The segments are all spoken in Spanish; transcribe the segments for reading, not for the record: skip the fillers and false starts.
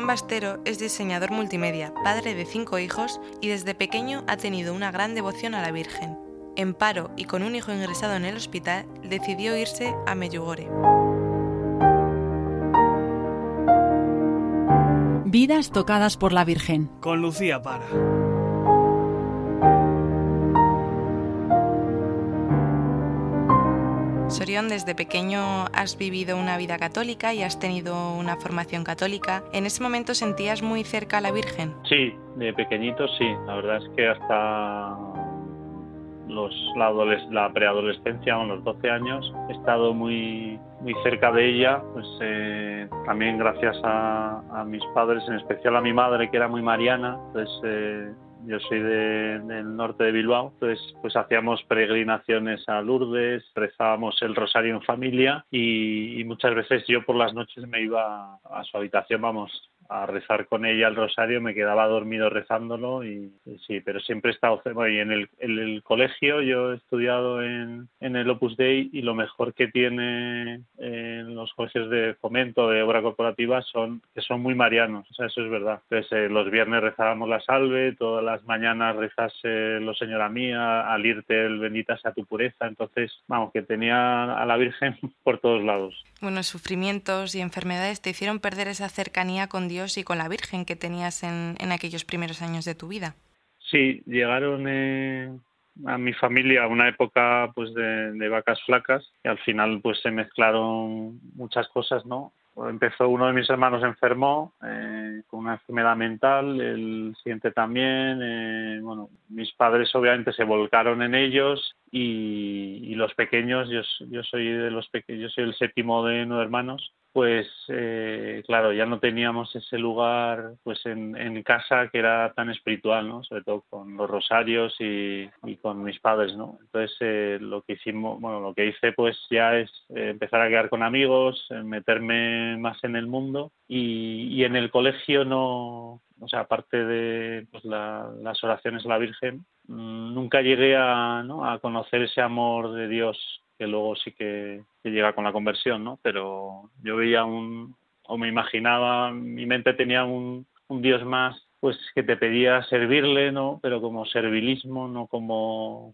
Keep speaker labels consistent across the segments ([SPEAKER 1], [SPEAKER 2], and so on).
[SPEAKER 1] Bastero es diseñador multimedia, padre de 5 hijos y desde pequeño ha tenido una gran devoción a la Virgen. En paro y con un hijo ingresado en el hospital, decidió irse a Medjugorje.
[SPEAKER 2] Vidas tocadas por la Virgen.
[SPEAKER 3] Con Lucía Para.
[SPEAKER 1] Sorión, desde pequeño has vivido una vida católica y has tenido una formación católica. ¿En ese momento sentías muy cerca a la Virgen?
[SPEAKER 4] Sí, de pequeñito sí. La verdad es que hasta la preadolescencia, a los 12 años, he estado muy cerca de ella, pues también gracias a mis padres, en especial a mi madre, que era muy mariana. Pues yo soy del norte de Bilbao, entonces pues hacíamos peregrinaciones a Lourdes, rezábamos el rosario en familia y muchas veces yo por las noches me iba a su habitación, a rezar con ella el rosario, me quedaba dormido rezándolo y sí, pero siempre he estado cerca. Y en el colegio yo he estudiado en el Opus Dei y lo mejor que tiene en los colegios de fomento, de obra corporativa, que son muy marianos, o sea, eso es verdad. Entonces los viernes rezábamos la salve, todas las mañanas rezas lo Señora mía, al irte el bendita sea tu pureza, entonces que tenía a la Virgen por todos lados.
[SPEAKER 1] Bueno, sufrimientos y enfermedades te hicieron perder esa cercanía con Dios y con la Virgen que tenías en aquellos primeros años de tu vida.
[SPEAKER 4] Sí, llegaron a mi familia una época pues de vacas flacas y al final pues se mezclaron muchas cosas, ¿no? Empezó uno de mis hermanos enfermó con una enfermedad mental, el siguiente también. Mis padres obviamente se volcaron en ellos y los pequeños, yo soy de los pequeños, yo soy el séptimo de 9 hermanos. Pues claro, ya no teníamos ese lugar pues en casa que era tan espiritual, ¿no? Sobre todo con los rosarios y con mis padres, ¿no? Entonces lo que hice pues ya es empezar a quedar con amigos, meterme más en el mundo y en el colegio no, o sea, aparte de pues, las oraciones a la Virgen, nunca llegué a conocer ese amor de Dios que luego sí que llega con la conversión, ¿no? Pero yo veía o me imaginaba, mi mente tenía un Dios más, pues que te pedía servirle, ¿no? Pero como servilismo, no como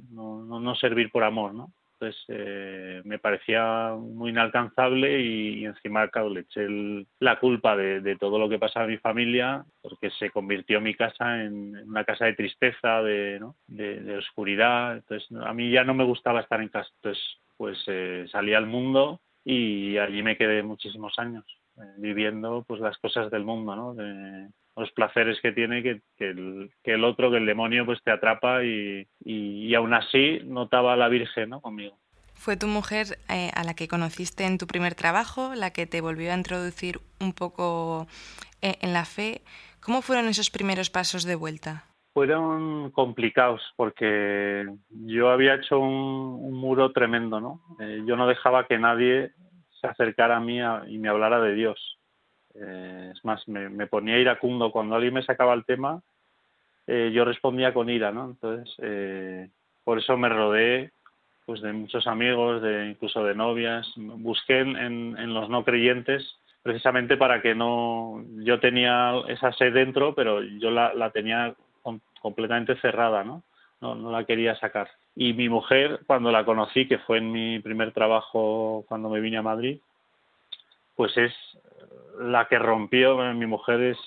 [SPEAKER 4] no servir por amor, ¿no? Entonces me parecía muy inalcanzable y encima, claro, le eché la culpa de todo lo que pasaba en mi familia, porque se convirtió mi casa en una casa de tristeza, de oscuridad. Entonces a mí ya no me gustaba estar en casa. Entonces pues salí al mundo y allí me quedé muchísimos años viviendo pues las cosas del mundo, ¿no? Los placeres que tiene que el otro, que el demonio pues te atrapa y aún así notaba a la Virgen, ¿no? Conmigo.
[SPEAKER 1] Fue tu mujer a la que conociste en tu primer trabajo, la que te volvió a introducir un poco en la fe. ¿Cómo fueron esos primeros pasos de vuelta?
[SPEAKER 4] Fueron complicados porque yo había hecho un muro tremendo, ¿no? Yo no dejaba que nadie se acercara a mí y me hablara de Dios. Es más, me ponía iracundo. Cuando alguien me sacaba el tema, yo respondía con ira, ¿no? Entonces, por eso me rodeé pues de muchos amigos, incluso de novias. Busqué en los no creyentes precisamente para que no... Yo tenía esa sed dentro, pero yo la tenía completamente cerrada, ¿no? No la quería sacar. Y mi mujer, cuando la conocí, que fue en mi primer trabajo cuando me vine a Madrid, pues es la que rompió. Mi mujer es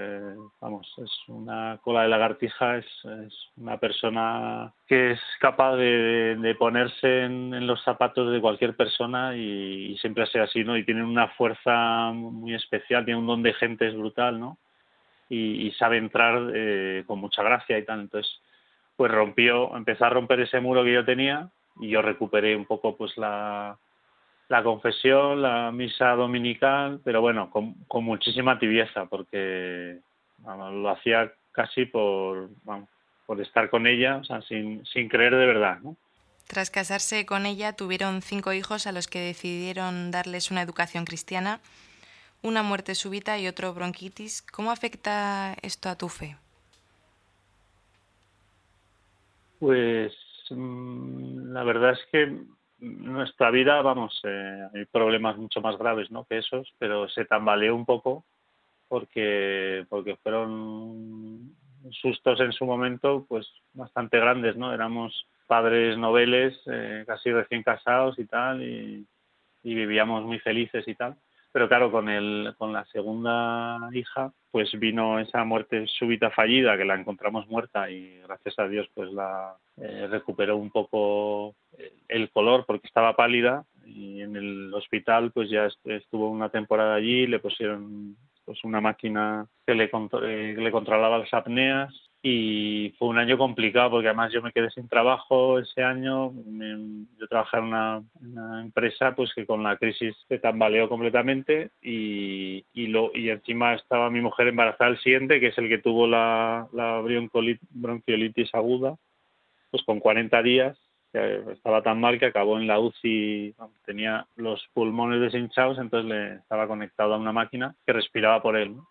[SPEAKER 4] una cola de lagartija, es una persona que es capaz de ponerse en los zapatos de cualquier persona y siempre ha sido así, ¿no? Y tiene una fuerza muy especial, tiene un don de gente, es brutal, ¿no? Y sabe entrar con mucha gracia y tal. Entonces, pues empezó a romper ese muro que yo tenía y yo recuperé un poco pues la confesión, la misa dominical, pero bueno, con muchísima tibieza, porque lo hacía casi por estar con ella, o sea, sin creer de verdad, ¿no?
[SPEAKER 1] Tras casarse con ella, tuvieron 5 hijos a los que decidieron darles una educación cristiana, una muerte súbita y otro bronquitis. ¿Cómo afecta esto a tu fe?
[SPEAKER 4] Pues la verdad es que nuestra vida, hay problemas mucho más graves, ¿no?, que esos, pero se tambaleó un poco porque fueron sustos en su momento pues bastante grandes, ¿no? Éramos padres noveles, casi recién casados y tal, y vivíamos muy felices y tal. Pero claro, con la segunda hija, pues vino esa muerte súbita fallida, que la encontramos muerta y gracias a Dios pues la recuperó un poco el color porque estaba pálida, y en el hospital pues ya estuvo una temporada allí, le pusieron pues una máquina que le controlaba las apneas. Y fue un año complicado porque además yo me quedé sin trabajo ese año. Yo trabajaba en una empresa pues que con la crisis se tambaleó completamente y encima estaba mi mujer embarazada el siguiente, que es el que tuvo la bronquiolitis aguda, pues con 40 días. Estaba tan mal que acabó en la UCI, tenía los pulmones deshinchados, entonces le estaba conectado a una máquina que respiraba por él, ¿no?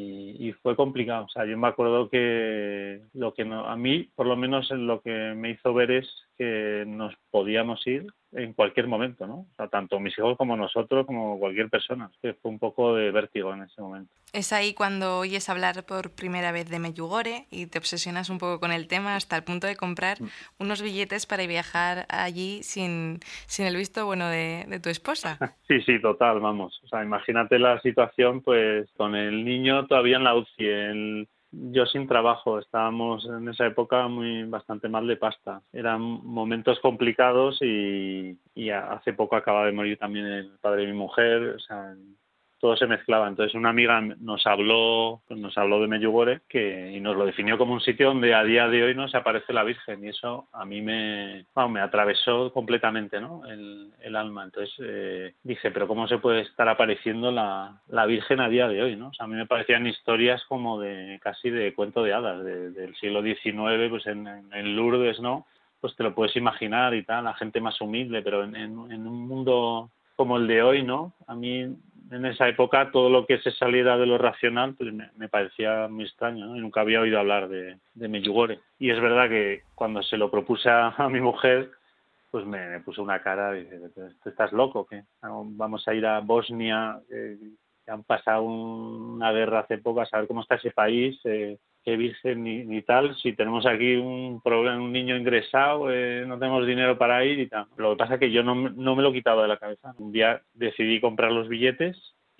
[SPEAKER 4] Y fue complicado. O sea, yo me acuerdo que a mí, por lo menos, lo que me hizo ver es que nos podíamos ir en cualquier momento, ¿no? O sea, tanto mis hijos como nosotros, como cualquier persona. Que fue un poco de vértigo en ese momento.
[SPEAKER 1] Es ahí cuando oyes hablar por primera vez de Medjugorje y te obsesionas un poco con el tema hasta el punto de comprar unos billetes para viajar allí sin el visto bueno de tu esposa.
[SPEAKER 4] Sí, total, vamos. O sea, imagínate la situación, pues con el niño todavía en la UCI, yo sin trabajo, estábamos en esa época bastante mal de pasta. Eran momentos complicados y hace poco acaba de morir también el padre de mi mujer, o sea, todo se mezclaba. Entonces una amiga nos habló de Medjugorje y nos lo definió como un sitio donde a día de hoy no se aparece la Virgen, y eso a mí me atravesó completamente, ¿no? el alma. Entonces dije, pero ¿cómo se puede estar apareciendo la Virgen a día de hoy, ¿no? O sea, a mí me parecían historias como casi de cuento de hadas, del siglo XIX, pues en Lourdes, ¿no? Pues te lo puedes imaginar y tal, la gente más humilde, pero en un mundo como el de hoy, ¿no? A mí en esa época todo lo que se saliera de lo racional pues me parecía muy extraño, ¿no? Y nunca había oído hablar de Medjugorje. Y es verdad que cuando se lo propuse a mi mujer, pues me puso una cara y dice, ¿tú estás loco? ¿Qué? Vamos a ir a Bosnia, que han pasado una guerra hace poco, a saber cómo está ese país, qué virgen ni tal, si tenemos aquí un problema, un niño ingresado, no tenemos dinero para ir y tal. Lo que pasa es que yo no me lo he quitado de la cabeza. Un día decidí comprar los billetes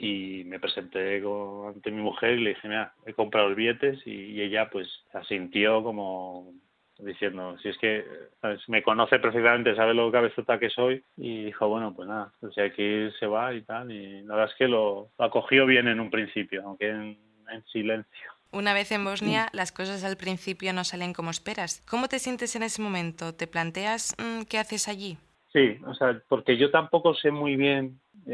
[SPEAKER 4] y me presenté ante mi mujer y le dije, mira, he comprado los billetes, y ella pues asintió como diciendo, si es que ¿sabes? Me conoce perfectamente, sabe lo cabezota que soy, y dijo, bueno, pues nada, pues si hay que ir se va y tal, y la verdad es que lo acogió bien en un principio, aunque en silencio.
[SPEAKER 1] Una vez en Bosnia, las cosas al principio no salen como esperas. ¿Cómo te sientes en ese momento? ¿Te planteas qué haces allí?
[SPEAKER 4] Sí, o sea, porque yo tampoco sé muy bien,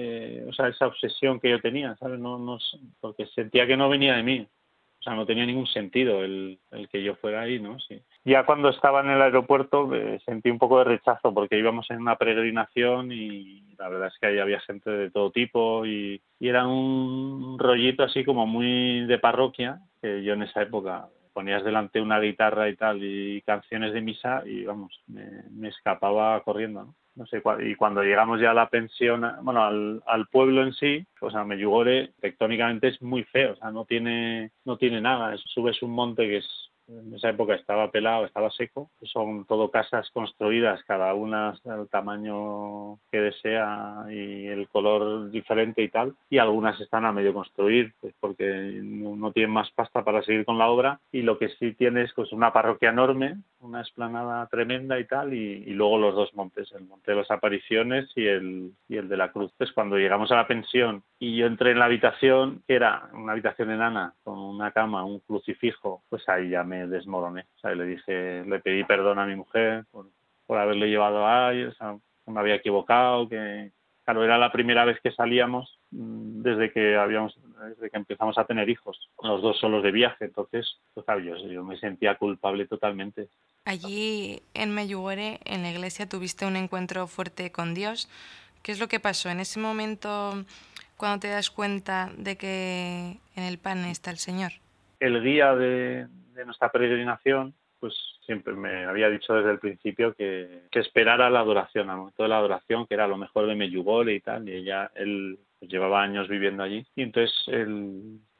[SPEAKER 4] o sea, esa obsesión que yo tenía, ¿sabes? No, porque sentía que no venía de mí. O sea, no tenía ningún sentido el que yo fuera ahí, ¿no? Sí. Ya cuando estaba en el aeropuerto sentí un poco de rechazo porque íbamos en una peregrinación y la verdad es que ahí había gente de todo tipo y era un rollito así como muy de parroquia, que yo en esa época ponías delante una guitarra y tal y canciones de misa y vamos, me escapaba corriendo, ¿no? No sé, y cuando llegamos ya a la pensión, bueno, al pueblo en sí, o sea, Medjugorje tectónicamente es muy feo, o sea, no tiene nada, subes un monte que en esa época estaba pelado, estaba seco, son todo casas construidas, cada una del tamaño que desea y el color diferente y tal, y algunas están a medio construir, pues porque no tienen más pasta para seguir con la obra, y lo que sí tienes pues una parroquia enorme, una explanada tremenda y tal, y luego los dos montes, el monte de las apariciones y el de la cruz. Entonces cuando llegamos a la pensión y yo entré en la habitación, que era una habitación enana con una cama, un crucifijo, pues ahí ya me desmoroné. O sea, le pedí perdón a mi mujer por haberle llevado ahí, o sea, que me había equivocado, que claro, era la primera vez que salíamos desde que empezamos a tener hijos, los dos solos de viaje, entonces pues, claro, yo me sentía culpable totalmente.
[SPEAKER 1] Allí en Medjugorje, en la iglesia, tuviste un encuentro fuerte con Dios. ¿Qué es lo que pasó en ese momento cuando te das cuenta de que en el pan está el Señor?
[SPEAKER 4] El guía de nuestra peregrinación pues siempre me había dicho desde el principio que esperara la adoración, al momento de la adoración, que era lo mejor de Medjugorje y tal, y él pues, llevaba años viviendo allí, y entonces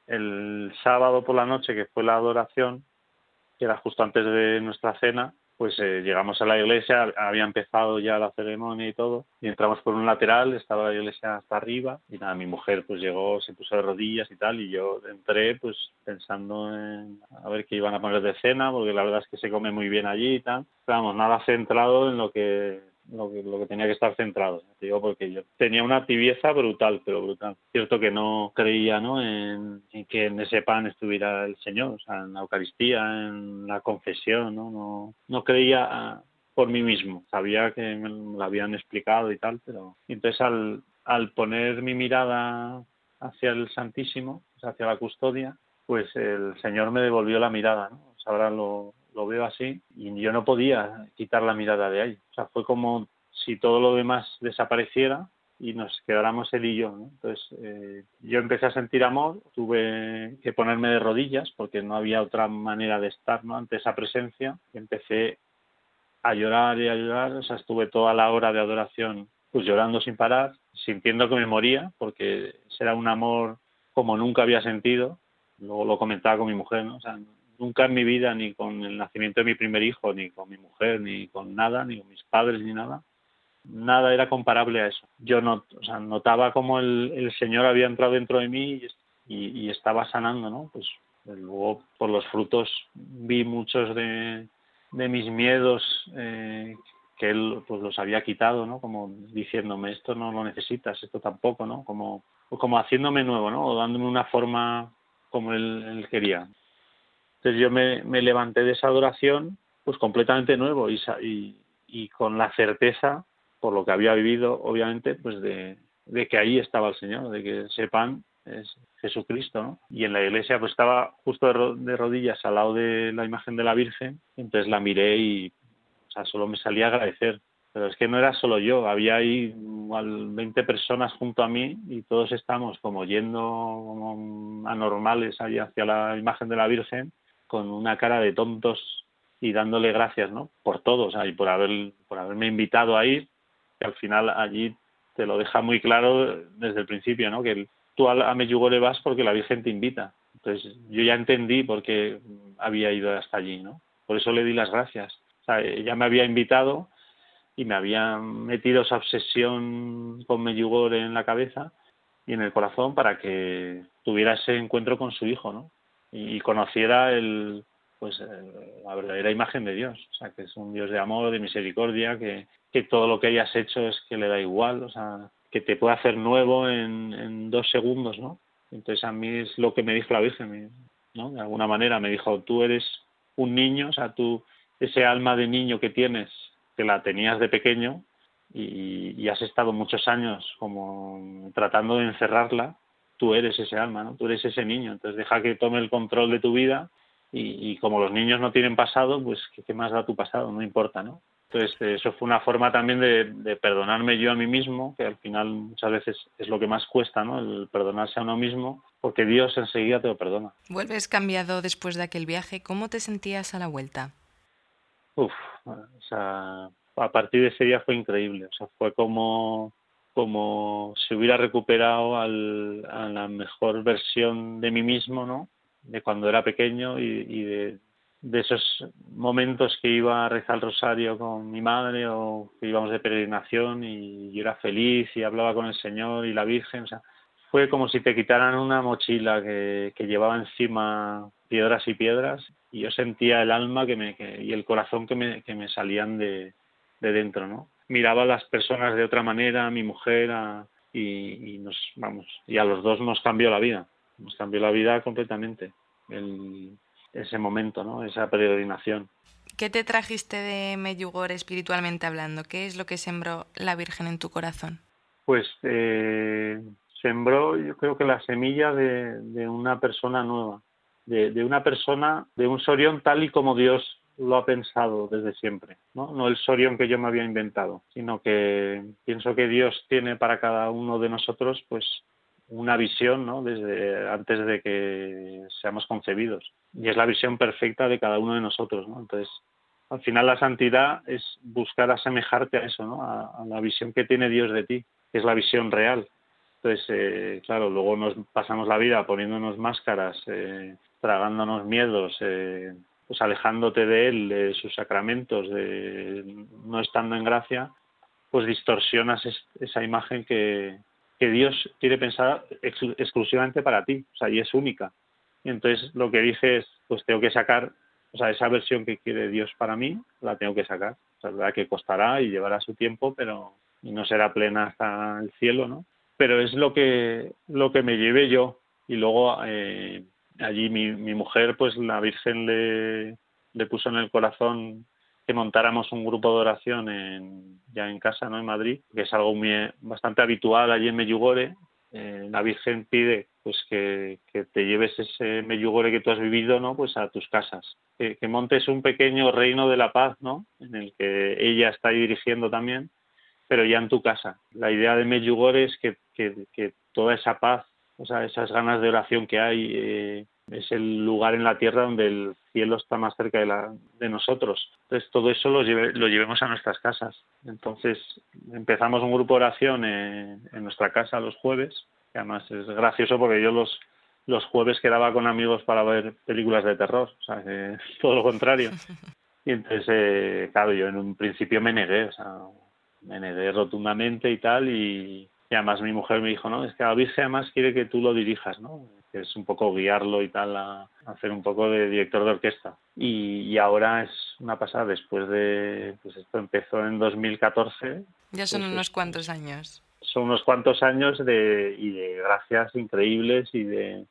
[SPEAKER 4] el sábado por la noche, que fue la adoración, que era justo antes de nuestra cena, pues llegamos a la iglesia, había empezado ya la ceremonia y todo, y entramos por un lateral, estaba la iglesia hasta arriba, y nada, mi mujer pues llegó, se puso de rodillas y tal, y yo entré pues pensando en a ver qué iban a poner de cena, porque la verdad es que se come muy bien allí y tal, pero vamos, nada centrado en lo que tenía que estar centrado, digo, porque yo tenía una tibieza brutal, pero brutal. Cierto que no creía, ¿no?, en que en ese pan estuviera el Señor, o sea, en la Eucaristía, en la confesión, no creía por mí mismo. Sabía que me lo habían explicado y tal, pero entonces al poner mi mirada hacia el Santísimo, o sea, hacia la custodia, pues el Señor me devolvió la mirada, ¿no? O sea, ahora lo veo así y yo no podía quitar la mirada de ahí. O sea, fue como si todo lo demás desapareciera y nos quedáramos él y yo, ¿no? Entonces yo empecé a sentir amor, tuve que ponerme de rodillas porque no había otra manera de estar, ¿no?, ante esa presencia. Empecé a llorar y a llorar, o sea, estuve toda la hora de adoración pues llorando sin parar, sintiendo que me moría, porque ese era un amor como nunca había sentido. Luego lo comentaba con mi mujer, ¿no? O sea, nunca en mi vida, ni con el nacimiento de mi primer hijo, ni con mi mujer, ni con nada, ni con mis padres, ni nada era comparable a eso. Yo no, o sea, notaba como el Señor había entrado dentro de mí y estaba sanando, ¿no? Pues luego por los frutos vi muchos de mis miedos que él pues los había quitado, ¿no? Como diciéndome, esto no lo necesitas, esto tampoco, ¿no? Como haciéndome nuevo, ¿no? O dándome una forma como él quería. Entonces yo me levanté de esa adoración pues completamente nuevo y con la certeza, por lo que había vivido, obviamente, pues de que ahí estaba el Señor, de que ese pan es Jesucristo, ¿no? Y en la iglesia pues estaba justo de rodillas al lado de la imagen de la Virgen, entonces la miré y, o sea, solo me salía a agradecer. Pero es que no era solo yo, había ahí igual 20 personas junto a mí y todos estamos como yendo como anormales ahí hacia la imagen de la Virgen con una cara de tontos y dándole gracias, ¿no?, por todo, o sea, y por haberme invitado a ir, que al final allí te lo deja muy claro desde el principio, ¿no?, que tú a Medjugorje vas porque la Virgen te invita. Entonces yo ya entendí por qué había ido hasta allí, ¿no? Por eso le di las gracias. O sea, ella me había invitado y me había metido esa obsesión con Medjugorje en la cabeza y en el corazón para que tuviera ese encuentro con su hijo, ¿no? Y conociera la verdadera imagen de Dios, o sea, que es un Dios de amor, de misericordia, que todo lo que hayas hecho es que le da igual, o sea, que te puede hacer nuevo en 2 segundos, ¿no? Entonces a mí es lo que me dijo la Virgen, ¿no? De alguna manera me dijo, tú eres un niño, o sea, tú, ese alma de niño que tienes, que la tenías de pequeño y has estado muchos años como tratando de encerrarla, tú eres ese alma, ¿no? Tú eres ese niño, entonces deja que tome el control de tu vida y como los niños no tienen pasado, pues ¿qué más da tu pasado? No importa, ¿no? Entonces eso fue una forma también de perdonarme yo a mí mismo, que al final muchas veces es lo que más cuesta, ¿no?, el perdonarse a uno mismo, porque Dios enseguida te lo perdona.
[SPEAKER 1] Vuelves cambiado después de aquel viaje. ¿Cómo te sentías a la vuelta?
[SPEAKER 4] O sea, a partir de ese día fue increíble, o sea, fue como si hubiera recuperado a la mejor versión de mí mismo, ¿no?, de cuando era pequeño y de esos momentos que iba a rezar el rosario con mi madre o que íbamos de peregrinación y yo era feliz y hablaba con el Señor y la Virgen, o sea, fue como si te quitaran una mochila que llevaba encima piedras y piedras y yo sentía el alma y el corazón que me salían de dentro, ¿no? Miraba a las personas de otra manera, a mi mujer, y a los dos nos cambió la vida completamente ese momento, ¿no?, esa peregrinación.
[SPEAKER 1] ¿Qué te trajiste de Medjugorje espiritualmente hablando? ¿Qué es lo que sembró la Virgen en tu corazón?
[SPEAKER 4] Pues sembró, yo creo que la semilla de una persona nueva, de una persona, de un Sorión tal y como Dios lo ha pensado desde siempre, ¿no? No el Sorión que yo me había inventado, sino que pienso que Dios tiene para cada uno de nosotros pues una visión, ¿no?, desde antes de que seamos concebidos, y es la visión perfecta de cada uno de nosotros, ¿no? Entonces, al final la santidad es buscar asemejarte a eso, ¿no?, a la visión que tiene Dios de ti, que es la visión real. Entonces, claro, luego nos pasamos la vida poniéndonos máscaras, tragándonos miedos, pues alejándote de él, de sus sacramentos, de no estando en gracia, pues distorsionas esa imagen que Dios tiene pensada exclusivamente para ti, o sea, y es única. Y entonces lo que dije es, pues tengo que sacar, o sea, esa versión que quiere Dios para mí, la tengo que sacar. O sea, es verdad que costará y llevará su tiempo, pero y no será plena hasta el cielo, ¿no? Pero es lo que me llevé yo. Y luego allí mi mujer, pues la Virgen le puso en el corazón que montáramos un grupo de oración ya en casa, ¿no? En Madrid, que es algo bastante habitual allí en Medjugorje. La Virgen pide pues que te lleves ese Medjugorje que tú has vivido, ¿no? Pues a tus casas, que montes un pequeño reino de la paz, ¿no? En el que ella está ahí dirigiendo también, pero ya en tu casa. La idea de Medjugorje es que toda esa paz, o sea, esas ganas de oración que hay, es el lugar en la tierra donde el cielo está más cerca de nosotros. Entonces todo eso lo llevemos a nuestras casas. Entonces empezamos un grupo de oración en nuestra casa los jueves, que además es gracioso porque yo los jueves quedaba con amigos para ver películas de terror, o sea, todo lo contrario. Y entonces, claro, yo en un principio me negué, o sea, me negué rotundamente y tal, y además mi mujer me dijo, no, es que la Virgen además quiere que tú lo dirijas, ¿no? Que es un poco guiarlo y tal, a hacer un poco de director de orquesta. Y ahora es una pasada, después pues esto empezó en 2014.
[SPEAKER 1] Ya son
[SPEAKER 4] Pues
[SPEAKER 1] unos cuantos años.
[SPEAKER 4] son unos cuantos años de gracias increíbles y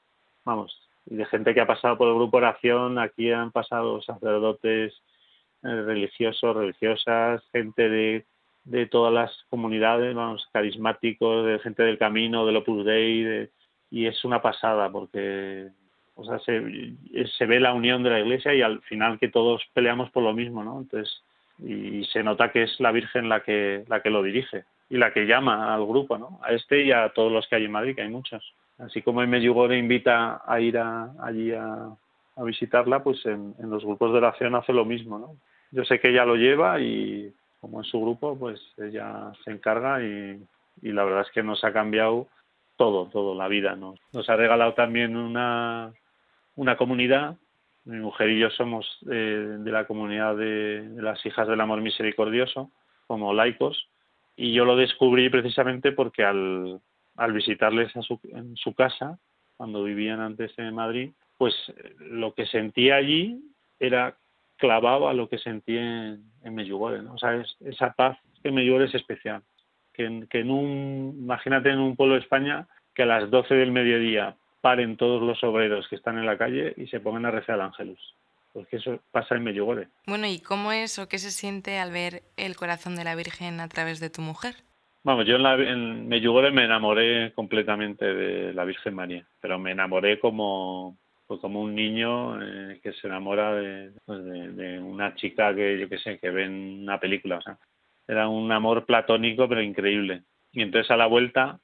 [SPEAKER 4] de gente que ha pasado por el grupo oración. Aquí han pasado sacerdotes, religiosos, religiosas, gente de todas las comunidades, carismáticos, de gente del camino, del Opus Dei, y es una pasada porque, o sea, se ve la unión de la Iglesia y al final que todos peleamos por lo mismo, ¿no? Entonces, y se nota que es la Virgen la que lo dirige y la que llama al grupo, ¿no? A este y a todos los que hay en Madrid, que hay muchos. Así como en Medjugorje invita a ir allí a visitarla, pues en los grupos de oración hace lo mismo, ¿no? Yo sé que ella lo lleva y como es su grupo, pues ella se encarga y la verdad es que nos ha cambiado todo, la vida. Nos ha regalado también una comunidad. Mi mujer y yo somos de la comunidad de las Hijas del Amor Misericordioso, como laicos, y yo lo descubrí precisamente porque al visitarles en su casa, cuando vivían antes en Madrid, pues lo que sentía allí era clavado a lo que sentí en Medjugorje, ¿no? O sea, esa paz que en Medjugorje es especial. Que imagínate en un pueblo de España que a las 12 del mediodía paren todos los obreros que están en la calle y se pongan a rezar al Ángelus. Porque eso pasa en Medjugorje.
[SPEAKER 1] Bueno, ¿y cómo es o qué se siente al ver el corazón de la Virgen a través de tu mujer?
[SPEAKER 4] Vamos, yo en Medjugorje me enamoré completamente de la Virgen María, pero me enamoré como un niño que se enamora de una chica que, yo qué sé, que ve en una película. O sea, era un amor platónico, pero increíble. Y entonces a la vuelta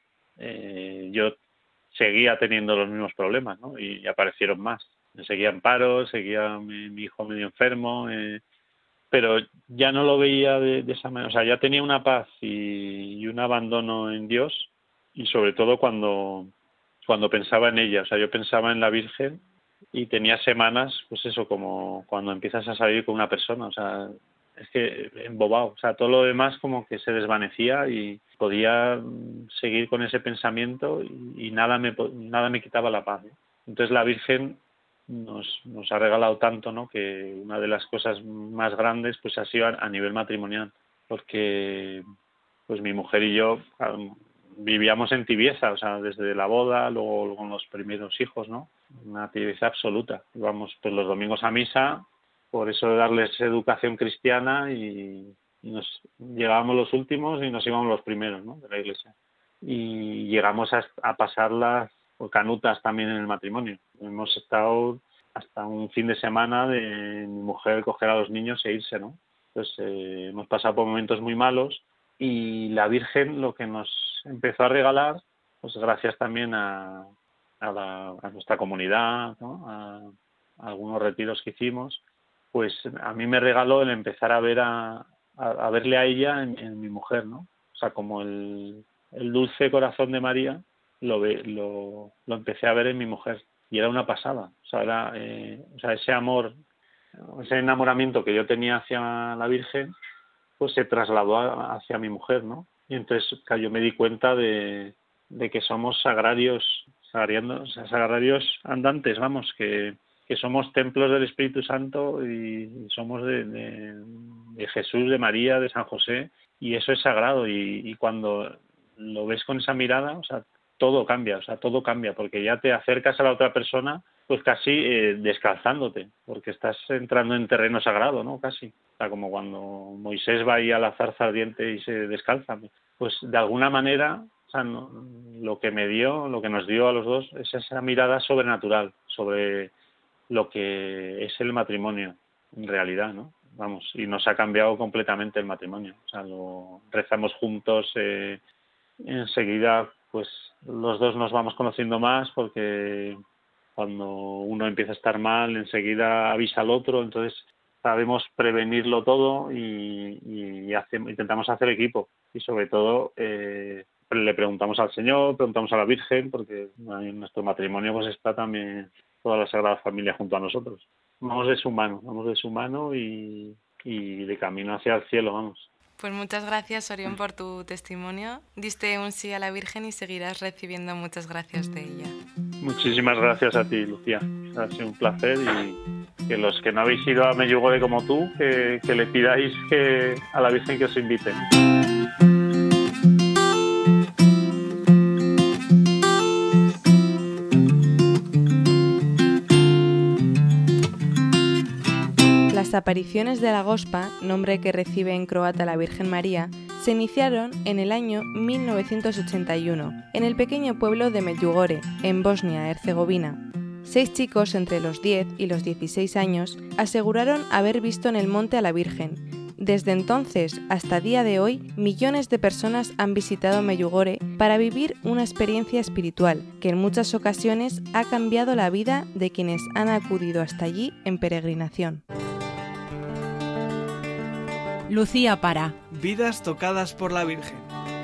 [SPEAKER 4] yo seguía teniendo los mismos problemas, ¿no? Y aparecieron más. Me seguían paros, seguía mi hijo medio enfermo, pero ya no lo veía de esa manera. O sea, ya tenía una paz y un abandono en Dios, y sobre todo cuando pensaba en ella. O sea, yo pensaba en la Virgen y tenía semanas, pues eso, como cuando empiezas a salir con una persona. O sea, es que embobado. O sea, todo lo demás como que se desvanecía y podía seguir con ese pensamiento y nada me quitaba la paz, ¿no? Entonces la Virgen nos ha regalado tanto, ¿no? Que una de las cosas más grandes pues ha sido a nivel matrimonial, porque pues mi mujer y yo vivíamos en tibieza, o sea, desde la boda, luego con los primeros hijos, ¿no? Una tibieza absoluta. Íbamos pues los domingos a misa, por eso de darles educación cristiana, y nos llegábamos los últimos y nos íbamos los primeros, ¿no? De la iglesia. Y llegamos a pasarlas por canutas también en el matrimonio. Hemos estado hasta un fin de semana de mi mujer coger a los niños e irse, ¿no? Entonces hemos pasado por momentos muy malos, y la Virgen lo que nos empezó a regalar, pues gracias también a nuestra comunidad, ¿no? A algunos retiros que hicimos, pues a mí me regaló el empezar a verle a ella en mi mujer, ¿no? O sea, como el dulce corazón de María, lo empecé a ver en mi mujer y era una pasada. O sea, era ese amor, ese enamoramiento que yo tenía hacia la Virgen, pues se trasladó hacia mi mujer, ¿no? Y entonces yo me di cuenta de que somos sagrarios andantes, vamos, que somos templos del Espíritu Santo y somos de Jesús, de María, de San José, y eso es sagrado, y cuando lo ves con esa mirada, o sea, todo cambia, porque ya te acercas a la otra persona pues casi descalzándote, porque estás entrando en terreno sagrado, ¿no? Casi. O sea, como cuando Moisés va ahí a la zarza ardiente y se descalza. Pues de alguna manera, o sea, lo que nos dio a los dos es esa mirada sobrenatural sobre lo que es el matrimonio en realidad, ¿no? Vamos, y nos ha cambiado completamente el matrimonio. O sea, rezamos juntos, enseguida pues los dos nos vamos conociendo más, porque cuando uno empieza a estar mal enseguida avisa al otro, entonces sabemos prevenirlo todo y intentamos hacer equipo, y sobre todo le preguntamos al Señor, preguntamos a la Virgen, porque en nuestro matrimonio pues está también toda la Sagrada Familia junto a nosotros. Vamos de su mano y de camino hacia el cielo, vamos.
[SPEAKER 1] Pues muchas gracias, Orión, por tu testimonio. Diste un sí a la Virgen y seguirás recibiendo muchas gracias de ella.
[SPEAKER 4] Muchísimas gracias a ti, Lucía. Ha sido un placer, y que los que no habéis ido a Medjugorje como tú, que le pidáis a la Virgen que os invite.
[SPEAKER 1] Las apariciones de la Gospa, nombre que recibe en croata la Virgen María, se iniciaron en el año 1981, en el pequeño pueblo de Medjugorje, en Bosnia-Herzegovina. 6 chicos entre los 10 y los 16 años aseguraron haber visto en el monte a la Virgen. Desde entonces hasta día de hoy, millones de personas han visitado Medjugorje para vivir una experiencia espiritual que en muchas ocasiones ha cambiado la vida de quienes han acudido hasta allí en peregrinación.
[SPEAKER 2] Lucía Para.
[SPEAKER 3] Vidas tocadas por la Virgen.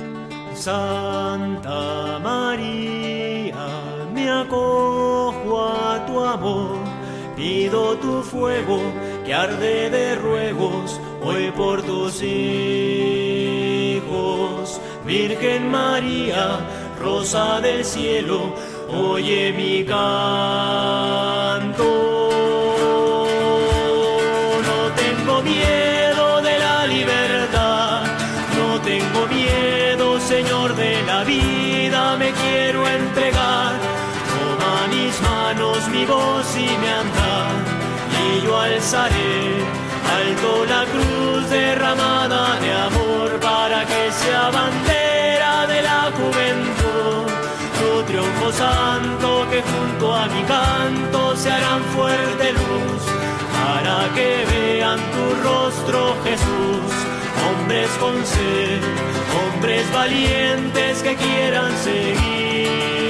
[SPEAKER 5] Santa María, me acojo a tu amor, pido tu fuego que arde de ruegos hoy por tus hijos. Virgen María, rosa del cielo, oye mi canto. No tengo miedo de la libertad, no tengo miedo, Señor de la vida, me quiero entregar. Toma mis manos, mi voz y mi andar, y yo alzaré alto la cruz derramada de amor, para que sea bandera de la juventud. Tu triunfo santo, que junto a mi canto se harán fuerte luz, para que vean tu rostro, Jesús. Hombres con sed, hombres valientes que quieran seguir.